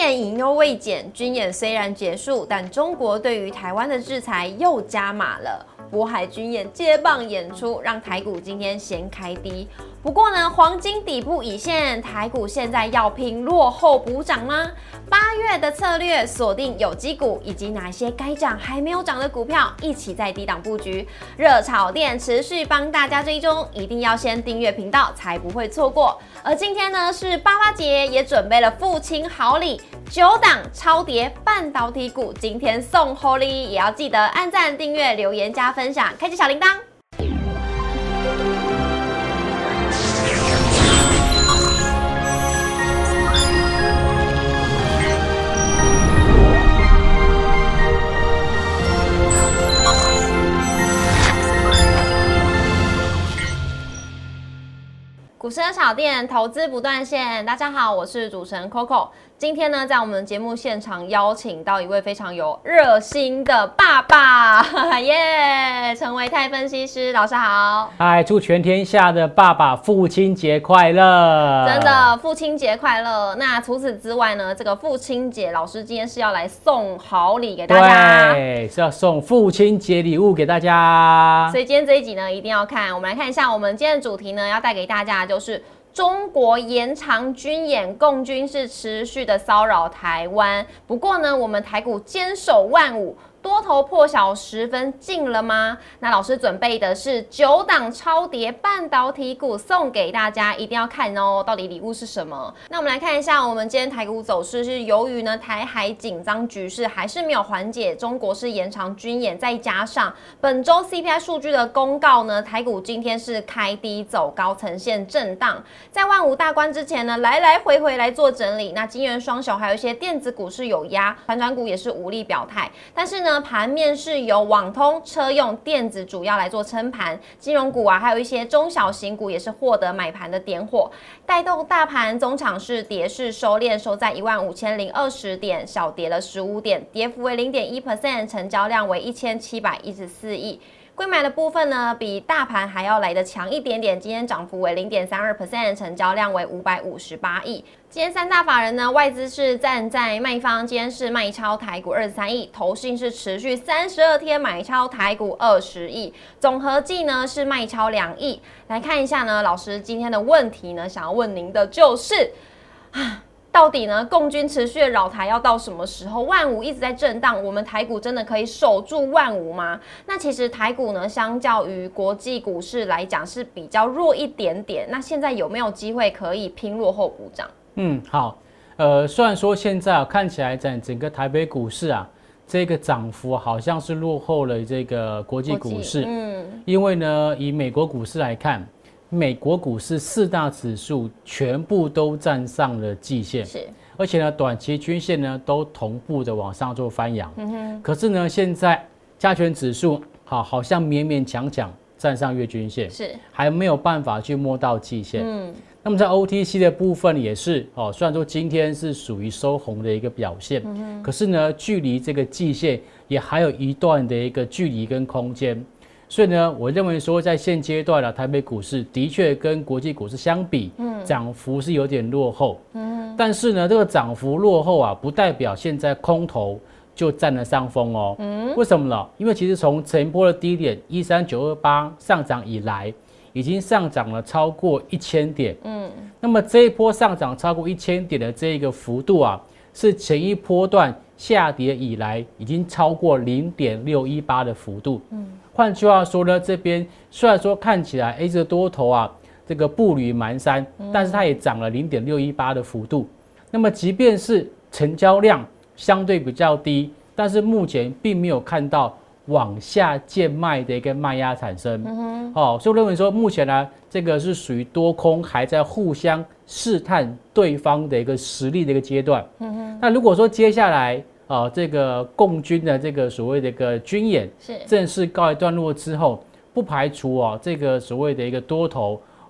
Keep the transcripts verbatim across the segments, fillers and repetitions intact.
演隐忧未减，军演虽然结束，但中国对于台湾的制裁又加码了。渤海军演接棒演出，让台股今天先开低。不过呢，黄金底部已现，台股现在要拼落后补涨吗？八月的策略锁定有机股，以及哪些该涨还没有涨的股票，一起在低档布局。热炒店持续帮大家追踪，一定要先订阅频道，才不会错过。而今天呢是八八节，也准备了父亲好礼，九档超跌半导体股，今天送厚礼，也要记得按赞、订阅、留言加分享，开启小铃铛。股市热炒店投资不断线，大家好，我是主持人 Coco。今天呢，在我们节目现场邀请到一位非常有热心的爸爸，耶！陈维泰分析师老师好。 嗨，祝全天下的爸爸父亲节快乐！ 真的，父亲节快乐。那除此之外呢，这个父亲节，老师今天是要来送好礼给大家， 对，是要送父亲节礼物给大家。 所以今天这一集呢，一定要看。我们来看一下，我们今天的主题呢，要带给大家的就是中国延长军演，共军是持续的骚扰台湾。不过呢，我们台股坚守万五。多头破晓十分近了吗？那老师准备的是九档超跌半导体股送给大家，一定要看哦，到底礼物是什么？那我们来看一下，我们今天台股走势是由于呢台海紧张局势还是没有缓解，中国是延长军演，再加上本周 C P I 数据的公告呢，台股今天是开低走高，呈现震荡，在万五大关之前呢，来来回回来做整理。那金元双雄还有一些电子股是有压，传产股也是无力表态，但是呢。盘面是由网通、车用、电子主要来做撑盘，金融股啊，还有一些中小型股也是获得买盘的点火，带动大盘中场是跌势收敛，收在一万五千零二十点，小跌了十五点，跌幅为零点一 percent， 成交量为一千七百一十四亿。柜买的部分呢，比大盘还要来得强一点点，今天涨幅为 零点三二 percent， 成交量为五百五十八亿。今天三大法人呢，外资是站在卖方，今天是卖超台股二十三亿，投信是持续三十二天买超台股二十亿，总合计呢是卖超两亿。来看一下呢，老师今天的问题呢，想要问您的就是啊。到底呢，共军持续的扰台要到什么时候？万五一直在震荡，我们台股真的可以守住万五吗？那其实台股呢，相较于国际股市来讲是比较弱一点点。那现在有没有机会可以拼落后补涨？嗯， 好，呃，虽然说现在、啊、看起来在整个台北股市啊，这个涨幅好像是落后了这个国际股市，嗯，因为呢，以美国股市来看。美国股市四大指数全部都站上了季线，是，而且呢，短期均线呢都同步的往上做翻扬。嗯哼。可是呢，现在加权指数好好像勉勉强强站上月均线，是，还没有办法去摸到季线。嗯。那么在 O T C 的部分也是哦，虽然说今天是属于收红的一个表现，嗯、可是呢，距离这个季线也还有一段的一个距离跟空间。所以呢，我认为说，在现阶段呢，台北股市的确跟国际股市相比，嗯，涨幅是有点落后，嗯，但是呢，这个涨幅落后啊，不代表现在空头就占了上风哦，嗯，为什么呢？因为其实从前波的低点一三九二八上涨以来，已经上涨了超过一千点，嗯，那么这一波上涨超过一千点的这个幅度啊，是前一波段下跌以来已经超过零点六一八的幅度，嗯。换句话说呢，这边虽然说看起来，哎，这个多头啊，这个步履蹒跚，但是它也涨了零点六一八的幅度。那么，即便是成交量相对比较低，但是目前并没有看到往下贱卖的一个卖压产生。嗯、哦，所以我认为说，目前呢，这个是属于多空还在互相试探对方的一个实力的一个阶段。嗯、那如果说接下来，啊，这个共军的这个所谓的一个军演正式告一段落之后，不排除啊这个所谓的一个多头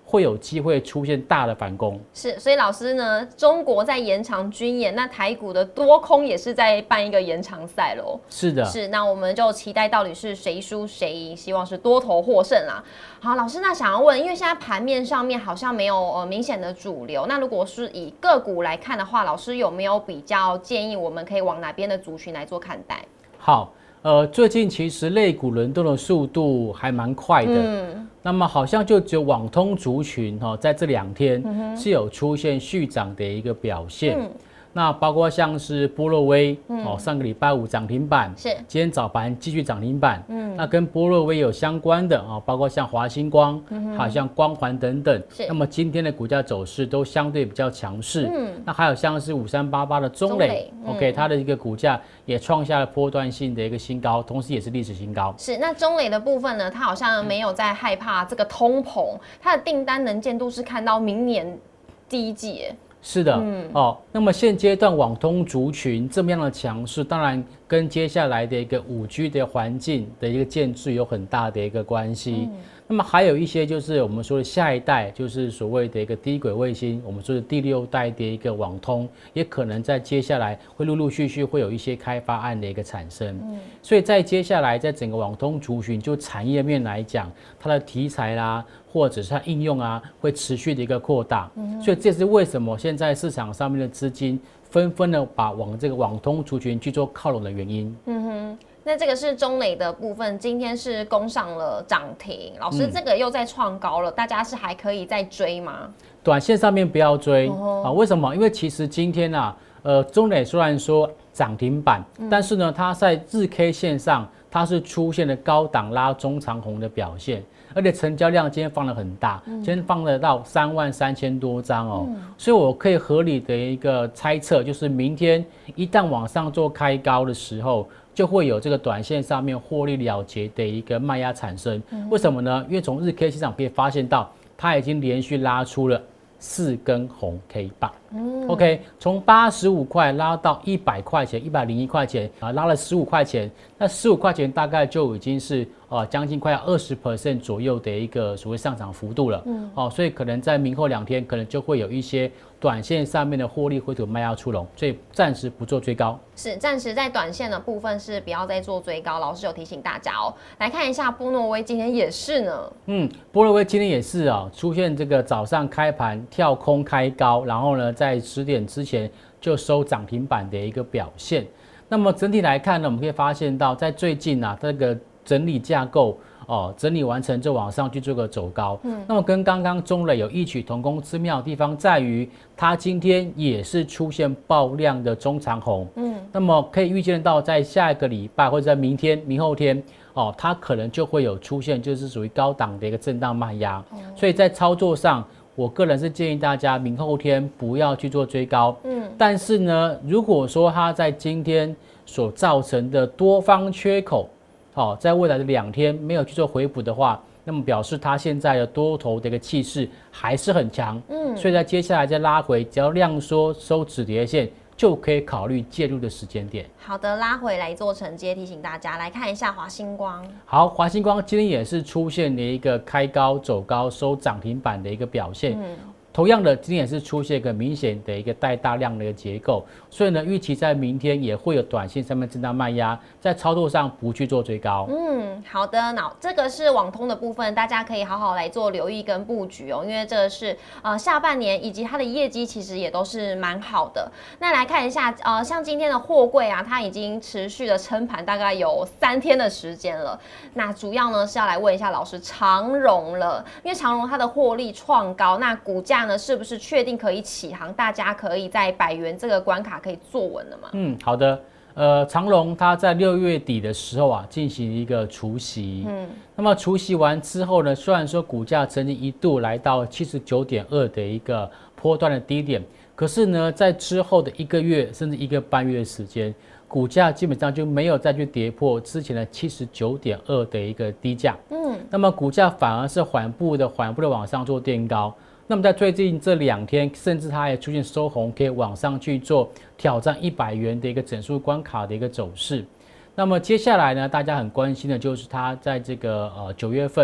会有机会出现大的反攻。 是，所以老师呢，中国在延长军演，那台股的多空也是在办一个延长赛喽。 是的， 是，那我们就期待到底是谁输谁赢，希望是多头获胜啦。好，老师，那想要问，因为现在盘面上面好像没有呃明显的主流，那如果是以个股来看的话，老师有没有比较建议我们可以往哪边的族群来做看待？ 好。呃，最近其实类股轮动的速度还蛮快的，嗯，那么好像就只有网通族群哈、哦，在这两天是有出现续涨的一个表现。嗯，那包括像是波若威、嗯、哦，上个礼拜五涨停板， 是今天早盘继续涨停板。嗯，那跟波若威有相关的啊、哦，包括像华星光，嗯、还有像光环等等。那么今天的股价走势都相对比较强势。嗯，那还有像是五三八八的中磊、嗯、，OK， 它的一个股价也创下了波段性的一个新高，同时也是历史新高。 是，那中磊的部分呢，它好像没有在害怕这个通膨，它的订单能见度是看到明年第一季。 是的，嗯，哦，那么现阶段网通族群这么样的强势，当然跟接下来的一个五 G 的环境的一个建制有很大的一个关系。嗯，那么还有一些就是我们说的下一代，就是所谓的一个低轨卫星，我们说的第六代的一个网通，也可能在接下来会陆陆续续会有一些开发案的一个产生。嗯，所以在接下来在整个网通族群，就产业面来讲，它的题材啦，或者是它应用啊，会持续的一个扩大。嗯，所以这是为什么现在市场上面的资金纷纷的把往这个网通族群去做靠拢的原因。 嗯哼。那这个是中磊的部分，今天是攻上了涨停，老师这个又在创高了，嗯、大家是还可以再追吗？ 短线上面不要追、哦、啊，为什么？因为其实今天啊，呃，中磊虽然说涨停板，嗯、但是呢，它在日 K 线上它是出现了高档拉中长红的表现，而且成交量今天放得很大，嗯、今天放得到三万三千多张哦，嗯、所以我可以合理的一个猜测，就是明天一旦往上做开高的时候。就会有这个短线上面获利了结的一个卖压产生，嗯、为什么呢？因为从日 K 线上可以发现到，它已经连续拉出了四根红 K 棒。嗯、OK， 从八十五块拉到一百块钱，一百零一块钱啊，拉了十五块钱，那十五块钱大概就已经是呃将近快要二十 percent 左右的一个所谓上涨幅度了。嗯，哦，所以可能在明后两天，可能就会有一些短线上面的获利回吐卖压出笼，所以暂时不做追高。 是，暂时在短线的部分是不要再做追高。老师有提醒大家哦，来看一下波诺威今天也是呢。嗯， 波诺威今天也是啊、哦，出现这个早上开盘跳空开高，然后呢在十点之前就收涨停板的一个表现。那么整体来看呢，我们可以发现到，在最近啊，这个整理架构哦，整理完成就往上去做个走高。嗯，那么跟刚刚中磊有异曲同工之妙的地方在于，它今天也是出现爆量的中长红。嗯，那么可以预见到，在下一个礼拜或者在明天、明后天。哦，它可能就会有出现，就是属于高档的一个震荡卖压，哦、所以在操作上，我个人是建议大家明后天不要去做追高。嗯，但是呢，如果说它在今天所造成的多方缺口，好、哦，在未来的两天没有去做回补的话，那么表示它现在的多头的一个气势还是很强。嗯，所以在接下来再拉回，只要量缩收止跌线。就可以考虑介入的时间点。 好的，拉回来做承接，提醒大家来看一下华星光。 好，华星光今天也是出现了一个开高走高收涨停板的一个表现。嗯，同样的，今天也是出现一个明显的一个带大量的一个结构，所以呢，预期在明天也会有短线上面震荡卖压，在操作上不去做追高。 嗯，好的，那这个是网通的部分，大家可以好好来做留意跟布局哦，因为这个是呃下半年以及它的业绩其实也都是蛮好的。那来看一下，呃，像今天的货柜啊，它已经持续的撑盘大概有三天的时间了。那主要呢是要来问一下老师长荣了，因为长荣它的获利创高，那股价呢是不是确定可以起航？大家可以在百元这个关卡可以坐稳了吗？ 嗯，好的。呃，长荣它在六月底的时候啊，进行一个除息。嗯，那么除息完之后呢，虽然说股价曾经一度来到七十九点二的一个波段的低点，可是呢，在之后的一个月甚至一个半月的时间，股价基本上就没有再去跌破之前的七十九点二的一个低价。嗯，那么股价反而是缓步的、缓步的往上做垫高。那么在最近这两天，甚至它也出现收红，可以往上去做挑战一百元的一个整数关卡的一个走势。那么接下来呢，大家很关心的就是它在这个呃九月份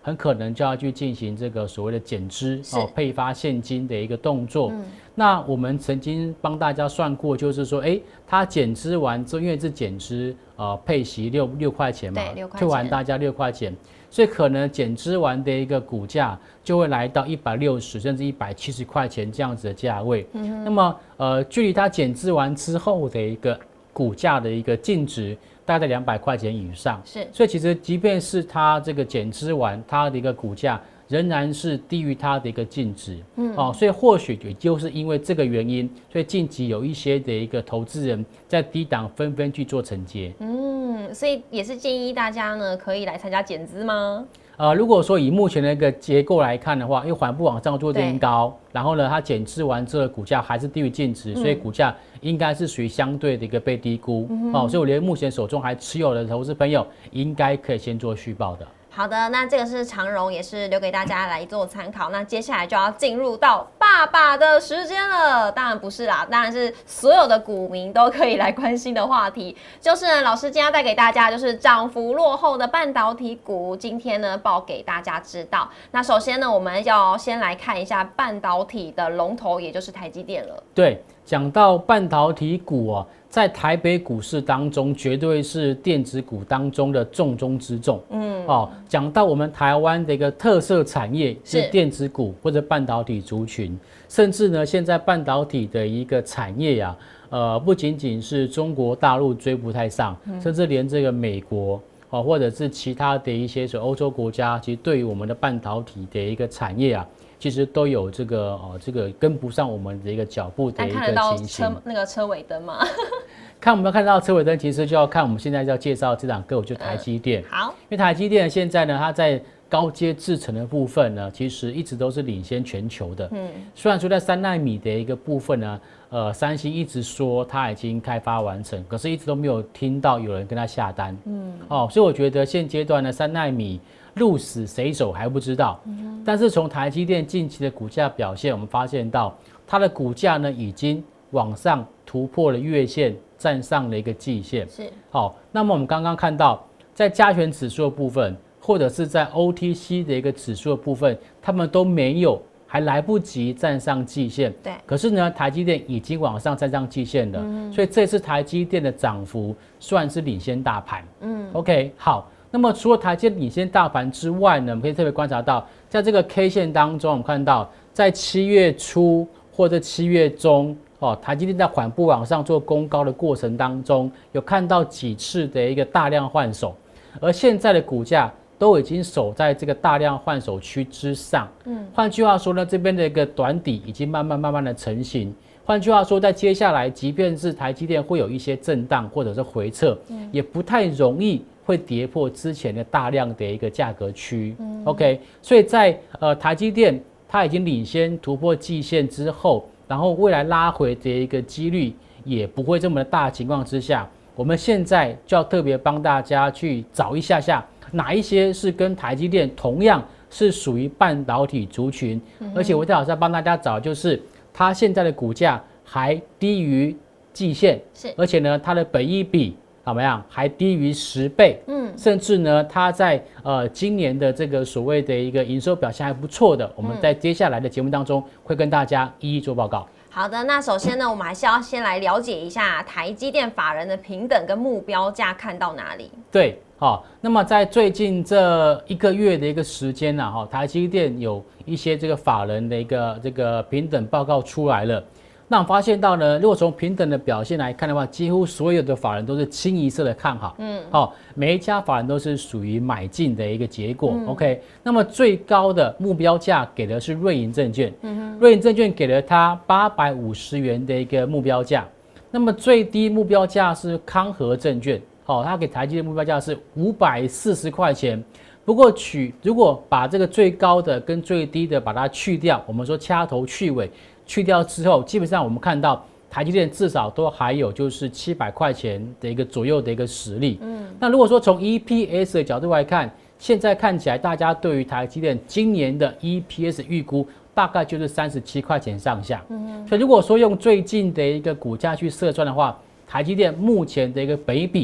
很可能就要去进行这个所谓的减资哦，配发现金的一个动作。嗯、那我们曾经帮大家算过，就是说，哎，它减资完之后，因为是减资，呃，配息六六块钱嘛，退完大家六块钱，所以可能减资完的一个股价就会来到一百六十甚至一百七十块钱这样子的价位。嗯、那么，呃，距离它减资完之后的一个股价的一个净值大概在两百块钱以上， 是， 所以其实即便是它这个减资完，它的一个股价仍然是低于它的一个净值，嗯，哦，所以或许也就是因为这个原因，所以近期有一些的一个投资人在低档纷纷去做承接， 嗯，所以也是建议大家呢可以来参加减资吗？ 呃，如果说以目前的一个结构来看的话，因为缓步往上做垫高，然后呢，它减资完之后股价还是低于净值，嗯、所以股价应该是属于相对的一个被低估，嗯、哦，所以我觉得目前手中还持有的投资朋友，应该可以先做续报的。 好的，那这个是长荣，也是留给大家来做参考。那接下来就要进入到爸爸的时间了，当然不是啦，当然是所有的股民都可以来关心的话题，就是呢，老师今天要带给大家就是涨幅落后的半导体股，今天呢报给大家知道。那首先呢，我们要先来看一下半导体的龙头，也就是台积电了。 对，讲到半导体股哦。在台北股市当中，绝对是电子股当中的重中之重。嗯，哦，讲到我们台湾的一个特色产业是电子股或者半导体族群，甚至呢，现在半导体的一个产业呀、啊，呃，不仅仅是中国大陆追不太上，嗯、甚至连这个美国哦，或者是其他的一些所欧洲国家，其实对于我们的半导体的一个产业啊。其实都有这个哦，这个跟不上我们的一个脚步的一个情形。 车那个车尾灯吗？ 看我们要看到车尾灯，其实就要看我们现在要介绍这档个股，就是台积电。 嗯、好， 因为台积电现在呢，它在高阶制程的部分呢，其实一直都是领先全球的。嗯，虽然说在三奈米的一个部分呢，呃，三星一直说它已经开发完成，可是一直都没有听到有人跟它下单。嗯，哦，所以我觉得现阶段呢，三奈米。鹿死谁手还不知道，嗯、但是从台积电近期的股价表现，我们发现到它的股价呢已经往上突破了月线，站上了一个季线。 是， 好，那么我们刚刚看到，在加权指数的部分，或者是在 O T C 的一个指数的部分，他们都没有，还来不及站上季线。 对， 可是呢，台积电已经往上站上季线了，嗯、所以这次台积电的涨幅算是领先大盘。嗯 ，OK， 好。那么除了台积电领先大盘之外呢，我们可以特别观察到，在这个 K 线当中，我们看到在七月初或者七月中，哦，台积电在缓步往上做攻高的过程当中，有看到几次的一个大量换手，而现在的股价都已经守在这个大量换手区之上。嗯，换句话说呢，这边的一个短底已经慢慢慢慢的成型。换句话说，在接下来，即便是台积电会有一些震荡或者是回撤，嗯、也不太容易。会跌破之前的大量的一个价格区、嗯、，OK， 所以在呃台积电它已经领先突破季线之后，然后未来拉回的一个几率也不会这么的大的情况之下，我们现在就要特别帮大家去找一下下哪一些是跟台积电同样是属于半导体族群，嗯、而且我最好是要帮大家找就是它现在的股价还低于季线， 是， 而且呢它的本益比。怎么样？还低于十倍，嗯，甚至呢，它在呃今年的这个所谓的一个营收表现还不错的，我们在接下来的节目当中会跟大家一一做报告。 好的，那首先呢，我们还是要先来了解一下台积电法人的评等跟目标价看到哪里？ 对，好，那么在最近这一个月的一个时间呢，哈，台积电有一些这个法人的一个这个评等报告出来了。那我们发现到呢，如果从平等的表现来看的话，几乎所有的法人都是清一色的看好，嗯，好、哦，每一家法人都是属于买进的一个结果、嗯、，OK。那么最高的目标价给的是瑞银证券，嗯哼，瑞银证券给了它八百五十元的一个目标价，那么最低目标价是康和证券，好、哦，它给台积的目标价是五百四十块钱。不过取如果把这个最高的跟最低的把它去掉，我们说掐头去尾。去掉之后，基本上我们看到台积电至少都还有就是七百块钱的一个左右的一个实力。嗯，那如果说从 E P S 的角度来看，现在看起来大家对于台积电今年的 E P S 预估大概就是三十七块钱上下。嗯，所以如果说用最近的一个股价去测算的话，台积电目前的一个本益比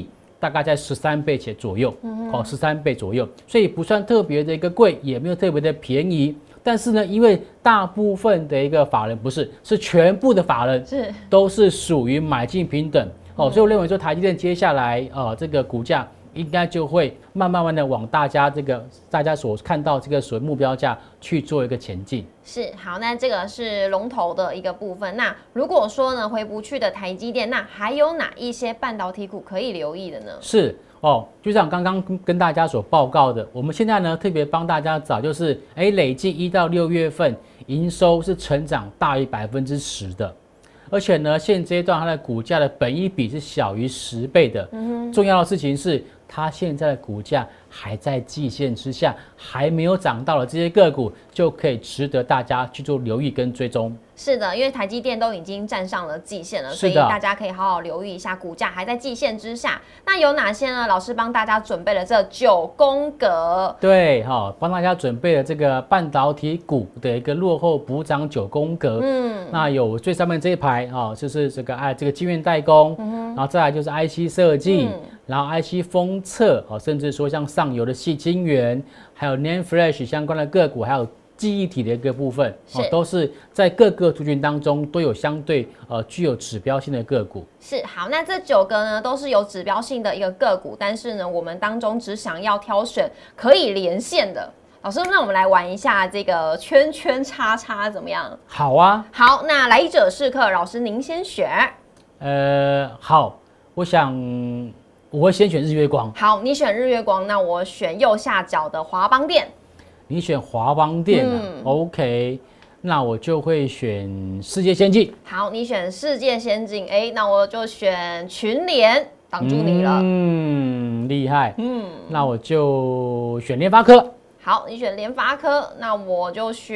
大概在十三倍且左右，哦，十三倍左右，所以不算特别的一个贵，也没有特别的便宜。但是呢，因为大部分的一个法人不是，是全部的法人是都是属于买进平等，哦，所以我认为说台积电接下来呃这个股价应该就会慢慢慢的往大家这个大家所看到这个所谓目标价去做一个前进。 是，好，那这个是龙头的一个部分。那如果说呢回不去的台积电，那还有哪一些半导体股可以留意的呢？ 是哦，就像刚刚跟大家所报告的，我们现在呢特别帮大家找，就是哎累计一到六月份营收是成长大于百分之十的。而且呢，现阶段它的股价的本益比是小于十倍的。嗯、重要的事情是，它现在的股价还在季线之下，还没有涨到的这些个股，就可以值得大家去做留意跟追踪。 是的，因为台积电都已经站上了季线了，所以大家可以好好留意一下，股价还在季线之下。那有哪些呢？老师帮大家准备了这九宫格。 对，哈、哦，帮大家准备了这个半导体股的一个落后补涨九宫格。嗯，那有最上面这一排啊、哦，就是这个哎这个晶圆代工，嗯、然后再来就是 I C 设计。嗯，然后 I C 封测哦，甚至说像上游的矽晶圆，还有 NAND Flash 相关的个股，还有记忆体的一个部分，哦，都是在各个族群当中都有相对呃具有指标性的个股。 是，好，那这九个呢都是有指标性的一个个股，但是呢，我们当中只想要挑选可以连线的。老师，那我们来玩一下这个圈圈叉叉怎么样？ 好啊。 好，那来者是客，老师您先选。 呃，好，我想我会先选日月光。 好，你选日月光，那我选右下角的华邦电。 你选华邦电啊、嗯、，OK， 那我就会选世界先进。 好，你选世界先进，哎，那我就选群联，挡住你了。 嗯，厉害。嗯，那我就选联发科。 好，你选联发科，那我就选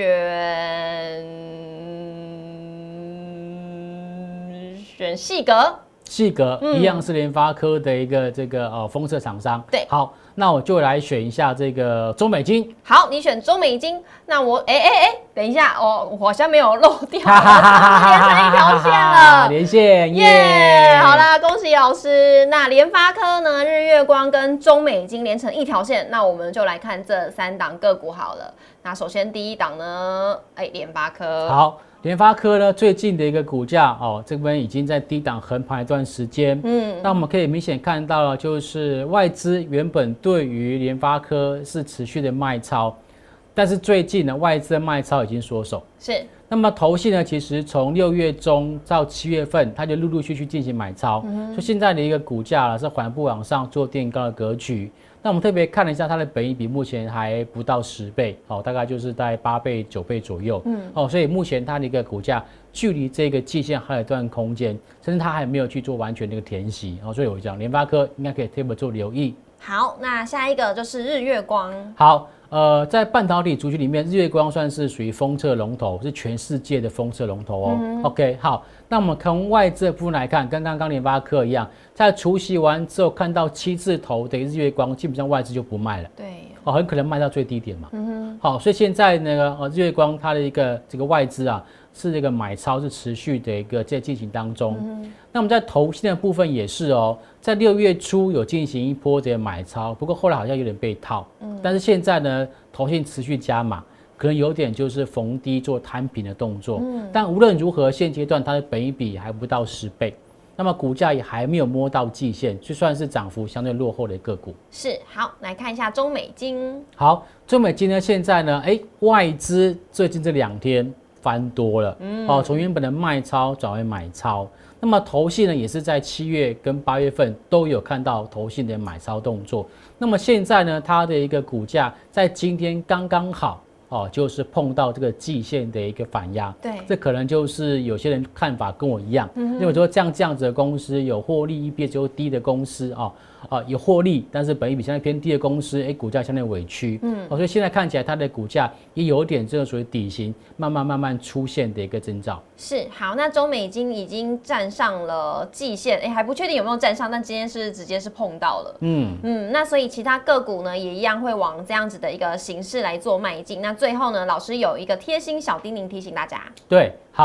选矽格。 矽格、嗯、一样是联发科的一个这个呃封测厂商。 对， 好，那我就来选一下这个中美晶。 好，你选中美晶，那我哎哎哎，等一下哦，我好像没有漏掉，连成一条线了， 连线耶！ Yeah, 好啦，恭喜老师。那联发科呢，日月光跟中美晶连成一条线，那我们就来看这三档个股好了。那首先第一档呢，哎，联发科。 好。联发科呢，最近的一个股价哦，这边已经在低档横盘一段时间。嗯，那我们可以明显看到，就是外资原本对于联发科是持续的卖超，但是最近呢，外资的卖超已经缩手。 是。 那么投信呢，其实从六月中到七月份，它就陆陆续续进行买超，嗯、所以现在的一个股价呢是缓步往上做垫高的格局。那我们特别看了一下它的本益比，目前还不到十倍，哦，大概就是在八倍、九倍左右，嗯，哦，所以目前它的一个股价距离这个季线还有一段空间，甚至它还没有去做完全的一个填息，哦，所以我讲联发科应该可以特别做留意。 好，那下一个就是日月光。 好，呃，在半导体族群里面，日月光算是属于封测龙头，是全世界的封测龙头哦。嗯、OK， 好，那我们从外资的部分来看，跟刚刚联发科一样，在除息完之后，看到七字头的日月光，基本上外资就不卖了。 对， 哦，很可能卖到最低点嘛。嗯哼。好，所以现在那个呃日月光它的一个这个外资啊，是这个买超是持续的一个在进行当中。嗯、那我们在投信的部分也是哦，在六月初有进行一波的买超，不过后来好像有点被套。嗯。但是现在呢，投信持续加码，可能有点就是逢低做摊平的动作。嗯。但无论如何，现阶段它的本益比还不到十倍。那么股价也还没有摸到季线，就算是涨幅相对落后的个股。 是，好，来看一下中美晶。 好，中美晶呢，现在呢，哎，外资最近这两天翻多了，嗯，哦，从原本的卖超转为买超。那么投信呢，也是在七月跟八月份都有看到投信的买超动作。那么现在呢，它的一个股价在今天刚刚好。哦，就是碰到这个季线的一个反压， 对， 这可能就是有些人看法跟我一样，嗯、认为说像这样子的公司有获利 E P S 又低的公司啊，啊有获利，但是本益比相对偏低的公司，哎，股价相对委屈，嗯，哦，所以现在看起来它的股价也有点这个属于底型慢慢慢慢出现的一个征兆。 是，好，那中美金已经站上了季线，哎，还不确定有没有站上，但今天是直接是碰到了，嗯嗯，那所以其他个股呢也一样会往这样子的一个形式来做迈进。那最后呢，老师有一个贴心小叮咛提醒大家。 对，好，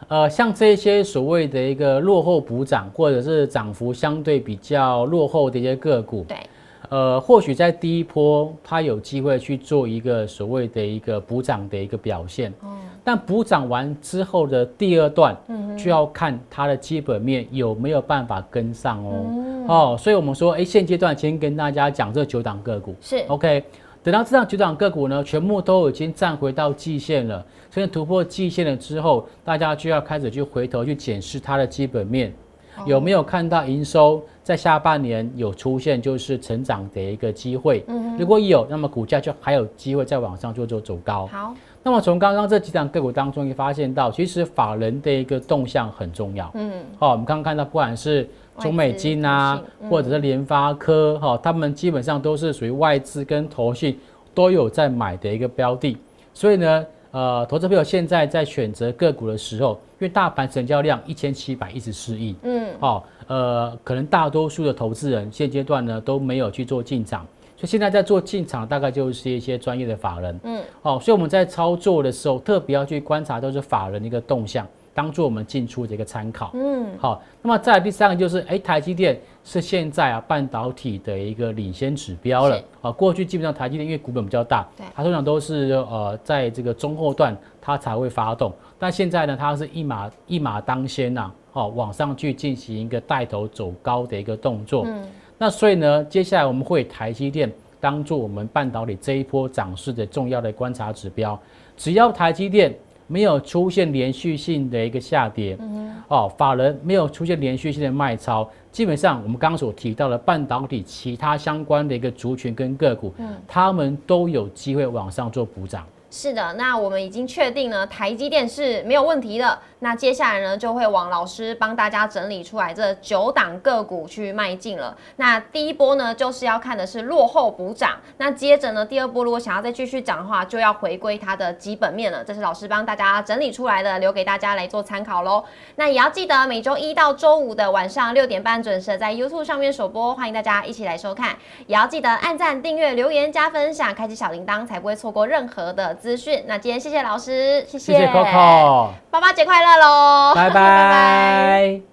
呃，像这些所谓的一个落后补涨，或者是涨幅相对比较落后的一些个股， 对， 呃，或许在第一波它有机会去做一个所谓的一个补涨的一个表现，哦，但补涨完之后的第二段，嗯，就要看它的基本面有没有办法跟上哦，嗯、哦，所以我们说，哎，现阶段先跟大家讲这九档个股是 OK。等到这档九档个股呢，全部都已经站回到季线了，所以突破季线了之后，大家就要开始去回头去检视它的基本面，哦、有没有看到营收在下半年有出现就是成长的一个机会。嗯、如果有，那么股价就还有机会再往上做做走高。 好，那么从刚刚这几档个股当中，也发现到，其实法人的一个动向很重要。嗯，好、哦，我们刚刚看到，不管是中美金啊，嗯、或者是联发科，哈、哦，他们基本上都是属于外资跟投信都有在买的一个标的，所以呢，呃，投资朋友现在在选择个股的时候，因为大盘成交量一千七百一十四亿，嗯，好、哦，呃，可能大多数的投资人现阶段呢都没有去做进场，所以现在在做进场大概就是一些专业的法人，嗯，好、哦，所以我们在操作的时候特别要去观察都是法人的一个动向。当做我们进出的一个参考，嗯，好，那么再来第三个就是，哎，台积电是现在啊半导体的一个领先指标了，啊，过去基本上台积电因为股本比较大，它通常都是呃在这个中后段它才会发动，但现在呢它是一马一马当先呐、啊，哦，往上去进行一个带头走高的一个动作，嗯，那所以呢，接下来我们会以台积电当做我们半导体这一波涨势的重要的观察指标，只要台积电没有出现连续性的一个下跌，嗯、哦，法人没有出现连续性的卖超，基本上我们刚刚所提到的半导体其他相关的一个族群跟个股，嗯，他们都有机会往上做补涨。 是的，那我们已经确定呢，台积电是没有问题的。那接下来呢，就会往老师帮大家整理出来这九档个股去迈进了。那第一波呢，就是要看的是落后补涨。那接着呢，第二波如果想要再继续涨的话，就要回归它的基本面了。这是老师帮大家整理出来的，留给大家来做参考咯。那也要记得每周一到周五的晚上六点半准时在 YouTube 上面首播，欢迎大家一起来收看。也要记得按赞、订阅、留言、加分享，开启小铃铛，才不会错过任何的资讯。那今天谢谢老师，谢谢， 谢谢 Coco， 爸爸节快乐喽， 拜拜。拜拜。